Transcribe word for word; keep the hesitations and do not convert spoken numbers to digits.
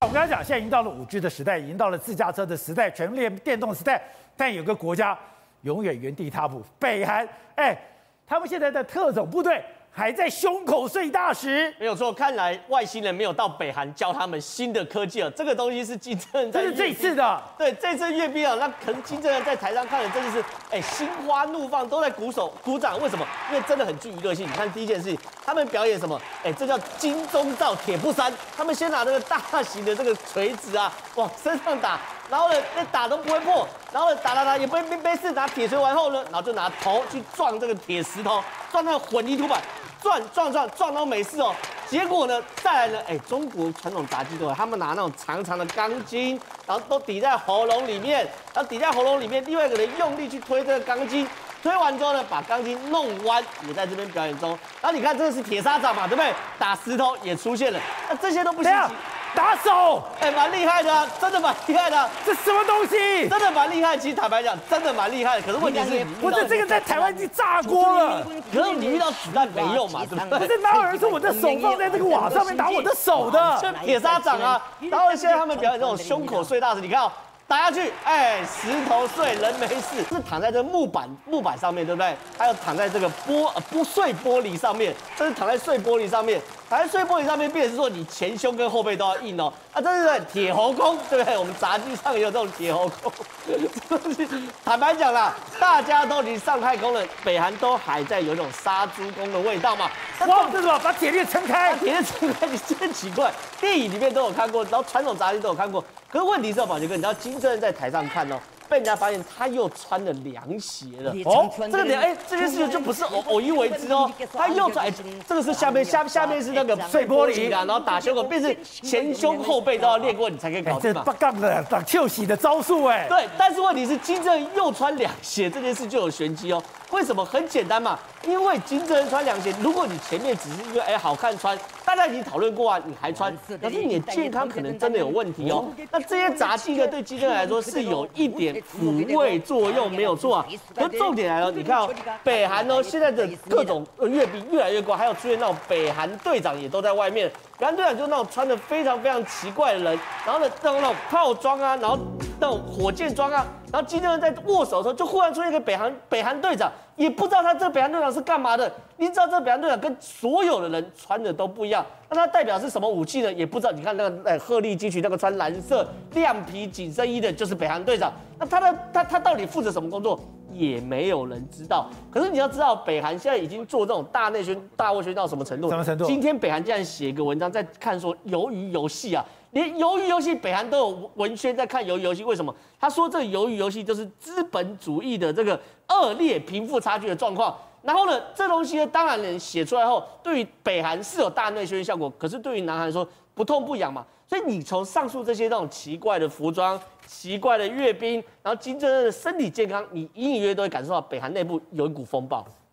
我刚才讲，现在已经到了五 G 的时代，已经到了自驾车的时代，全面电动时代。但有个国家永远原地踏步，北韩，哎，他们现在的特种部队还在胸口碎大石。 没有错，看来外星人没有到北韩教他们新的科技了。这个东西是金正恩在， 这是这一次的， 对，这次阅兵啊，那可能金正恩在台上看的真的是，哎，心花怒放，都在鼓手鼓掌。为什么？因为真的很具娱乐性。你看第一件事情，他们表演什么？哎，这叫金钟罩铁布衫。他们先拿那个大型的这个锤子啊，往身上打。然后呢，那打都不会破，然后呢，打打打也不会没没事，拿铁锤完后呢，然后就拿头去撞这个铁石头，撞那个混凝土板，撞撞撞撞到没事哦。结果呢，再来呢，哎，中国传统杂技队他们拿那种长长的钢筋，然后都抵在喉咙里面，然后抵在喉咙里面，另外一个人用力去推这个钢筋。推完之后呢，把钢筋弄弯，也在这边表演中。然后你看，这个是铁砂掌嘛，对不对？打石头也出现了，那这些都不稀奇。 打手， 哎，蛮厉害的啊，真的蛮厉害的啊。 这什么东西？ 真的蛮厉害。其实坦白讲，真的蛮厉害的。可是问题是， 不是这个在台湾已经炸锅了。 可是你遇到子弹没用嘛，对不对？ 不是哪有人说我的手放在这个瓦上面打我的手的？ 就铁砂掌啊。然后现在他们表演这种胸口碎大石，你看哦。打下去，哎，石头碎，人没事，是躺在这木板木板上面，对不对？还有躺在这个玻呃不碎玻璃上面，这是躺在碎玻璃上面，躺在碎玻璃上面，变成是说你前胸跟后背都要硬哦。啊，这是铁猴功，对不对？我们杂技上也有这种铁猴功。坦白讲啦，大家都已经上太空了，北韩都还在有一种杀猪工的味道嘛。 哇，这是什么？把铁链撑开， 把铁链撑开，你真奇怪。电影里面都有看过，然后传统杂技都有看过。可是问题是，宝杰哥，你知道金正恩在台上看哦，被人家发现他又穿了凉鞋了。哦，这个凉，哎，这件事情就不是偶偶一为之哦，他又穿，哎，这个是下面下下面是那个碎玻璃啊，然后打胸口，便是前胸后背都要练过，你才可以搞定嘛。 这八杠的打秋喜的招数哎。 对，但是问题是金正恩又穿凉鞋，这件事就有玄机哦。为什么？很简单嘛，因为金正恩穿凉鞋，如果你前面只是因为哎好看穿，大家已经讨论过啊，你还穿，可是你的健康可能真的有问题哦。那这些杂技呢，对金正恩来说是有一点抚慰作用，没有错啊。可重点来了，你看哦，北韩呢现在的各种阅兵越来越高，还有出现那种北韩队长也都在外面。北韩队长就是那种穿的非常非常奇怪的人，然后呢那种那种炮装啊，然后那种火箭装啊。然后金正恩在握手的时候，就忽然出现一个北韩北韩队长，也不知道他这个北韩队长是干嘛的。你知道这个北韩队长跟所有的人穿的都不一样，那他代表是什么武器呢？也不知道。你看那个呃鹤立鸡群那个穿蓝色亮皮紧身衣的，就是北韩队长。那他的他他到底负责什么工作？也没有人知道。可是你要知道，北韩现在已经做这种大内宣、大外宣到什么程度？ 什么程度？ 今天北韩竟然写一个文章在看说鱿鱼游戏啊。连鱿鱼游戏，北韩都有文宣在看鱿鱼游戏，为什么？他说这个鱿鱼游戏就是资本主义的这个恶劣贫富差距的状况。然后呢，这东西呢，当然人写出来后，对于北韩是有大内宣效果，可是对于南韩来说不痛不痒嘛。所以你从上述这些那种奇怪的服装、奇怪的阅兵，然后金正恩的身体健康，你隐隐约约都会感受到北韩内部有一股风暴。